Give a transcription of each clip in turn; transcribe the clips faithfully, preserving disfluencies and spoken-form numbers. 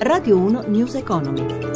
Radio uno News Economy.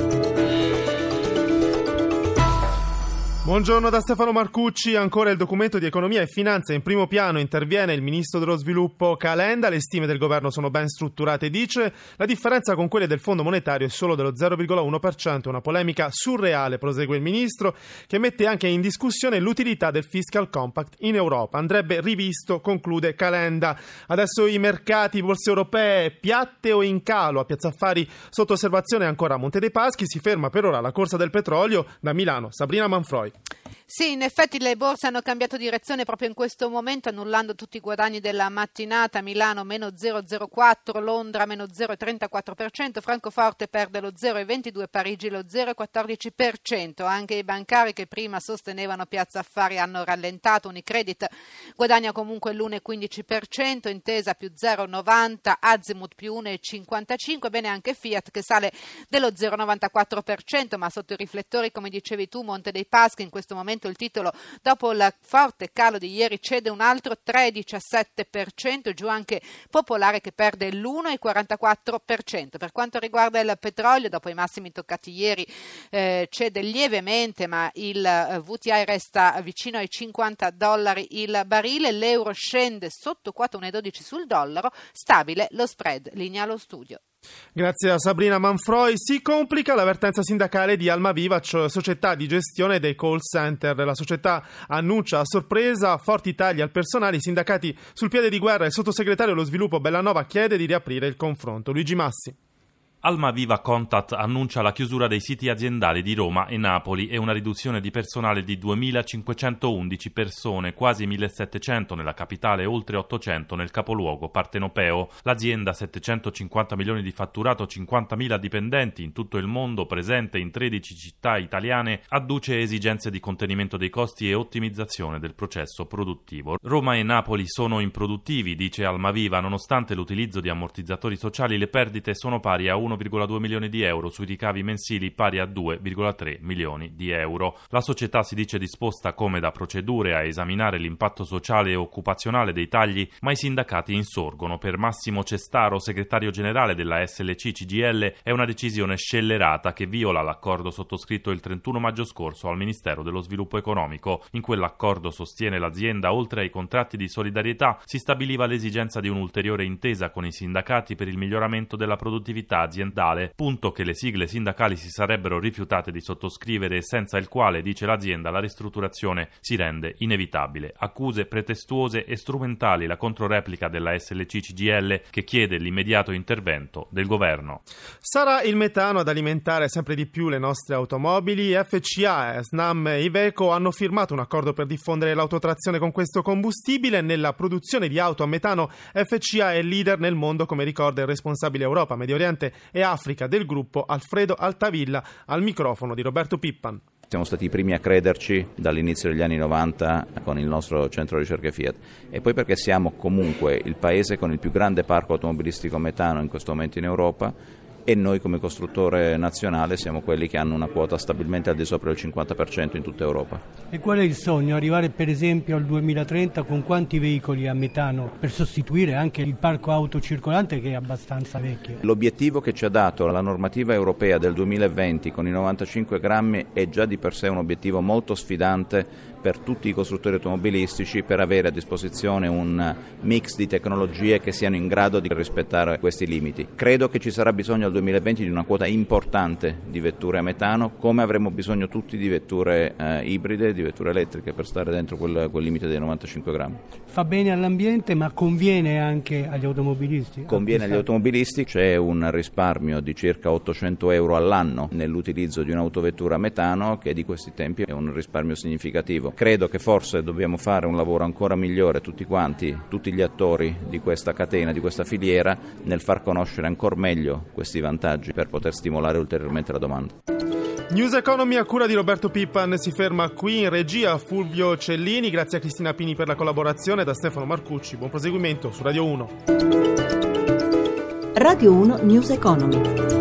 Buongiorno da Stefano Marcucci. Ancora il documento di economia e finanza. In primo piano interviene il ministro dello sviluppo Calenda. Le stime del governo sono ben strutturate, dice. La differenza con quelle del Fondo monetario è solo dello zero virgola uno per cento. Una polemica surreale, prosegue il ministro, che mette anche in discussione l'utilità del Fiscal Compact in Europa. Andrebbe rivisto, conclude Calenda. Adesso i mercati, borse europee, piatte o in calo? A Piazza Affari sotto osservazione ancora a Monte dei Paschi. Si ferma per ora la corsa del petrolio. Da Milano, Sabrina Manfroi. Sì, in effetti le borse hanno cambiato direzione proprio in questo momento, annullando tutti i guadagni della mattinata. Milano meno zero virgola zero quattro, Londra meno zero virgola trentaquattro per cento, Francoforte perde lo zero virgola ventidue per cento, Parigi lo zero virgola quattordici per cento. Anche i bancari che prima sostenevano Piazza Affari hanno rallentato. Unicredit guadagna comunque l'uno virgola quindici per cento, Intesa più zero virgola novanta, Azimut più uno virgola cinquantacinque, bene anche Fiat che sale dello zero virgola novantaquattro per cento, ma sotto i riflettori, come dicevi tu, Monte dei Paschi in questo momento il titolo, dopo il forte calo di ieri, cede un altro tre virgola diciassette per cento, giù anche Popolare che perde l'uno virgola quarantaquattro per cento. Per quanto riguarda il petrolio, dopo i massimi toccati ieri, eh, cede lievemente, ma il eh, V T I resta vicino ai cinquanta dollari il barile, l'euro scende sotto quota uno virgola dodici sul dollaro, stabile lo spread, linea allo studio. Grazie a Sabrina Manfroi. Si complica l'avvertenza sindacale di Almaviva, società di gestione dei call center. La società annuncia a sorpresa forti tagli al personale, i sindacati sul piede di guerra. Il sottosegretario allo sviluppo Bellanova chiede di riaprire il confronto. Luigi Massi. Almaviva Contat annuncia la chiusura dei siti aziendali di Roma e Napoli e una riduzione di personale di duemilacinquecentoundici persone, quasi millesettecento nella capitale e oltre ottocento nel capoluogo partenopeo. L'azienda, settecentocinquanta milioni di fatturato, cinquantamila dipendenti in tutto il mondo, presente in tredici città italiane, adduce esigenze di contenimento dei costi e ottimizzazione del processo produttivo. Roma e Napoli sono improduttivi, dice Almaviva, nonostante l'utilizzo di ammortizzatori sociali. Le perdite sono pari a uno virgola due milioni di euro sui ricavi mensili pari a due virgola tre milioni di euro. La società si dice disposta, come da procedure, a esaminare l'impatto sociale e occupazionale dei tagli, ma i sindacati insorgono. Per Massimo Cestaro, segretario generale della S L C C G I L, è una decisione scellerata che viola l'accordo sottoscritto il trentuno maggio scorso al Ministero dello Sviluppo Economico. In quell'accordo, sostiene l'azienda, oltre ai contratti di solidarietà, si stabiliva l'esigenza di un'ulteriore intesa con i sindacati per il miglioramento della produttività aziendale, punto che le sigle sindacali si sarebbero rifiutate di sottoscrivere e senza il quale, dice l'azienda, la ristrutturazione si rende inevitabile. Accuse pretestuose e strumentali la controreplica della S L C C G I L, che chiede l'immediato intervento del governo. Sarà il metano ad alimentare sempre di più le nostre automobili. F C A, Snam e Iveco hanno firmato un accordo per diffondere l'autotrazione con questo combustibile. Nella produzione di auto a metano F C A è leader nel mondo, come ricorda il responsabile Europa, Medio Oriente e Africa del gruppo Alfredo Altavilla, al microfono di Roberto Pippan. Siamo stati i primi a crederci dall'inizio degli anni novanta con il nostro centro ricerche Fiat, e poi perché siamo comunque il paese con il più grande parco automobilistico a metano in questo momento in Europa, e noi come costruttore nazionale siamo quelli che hanno una quota stabilmente al di sopra del cinquanta per cento in tutta Europa. E qual è il sogno? Arrivare per esempio al duemilatrenta con quanti veicoli a metano per sostituire anche il parco auto circolante, che è abbastanza vecchio? L'obiettivo che ci ha dato la normativa europea del duemilaventi con i novantacinque grammi è già di per sé un obiettivo molto sfidante per tutti i costruttori automobilistici, per avere a disposizione un mix di tecnologie che siano in grado di rispettare questi limiti. Credo che ci sarà bisogno al duemilaventi di una quota importante di vetture a metano, come avremo bisogno tutti di vetture eh, ibride, di vetture elettriche, per stare dentro quel, quel limite dei novantacinque grammi. Fa bene all'ambiente, ma conviene anche agli automobilisti? Conviene agli automobilisti, c'è un risparmio di circa ottocento euro all'anno nell'utilizzo di un'autovettura a metano, che di questi tempi è un risparmio significativo. Credo che forse dobbiamo fare un lavoro ancora migliore tutti quanti, tutti gli attori di questa catena, di questa filiera, nel far conoscere ancora meglio questi vantaggi per poter stimolare ulteriormente la domanda. News Economy a cura di Roberto Pippan si ferma qui. In regia Fulvio Cellini, grazie a Cristina Pini per la collaborazione. Da Stefano Marcucci, buon proseguimento su Radio uno. Radio uno News Economy.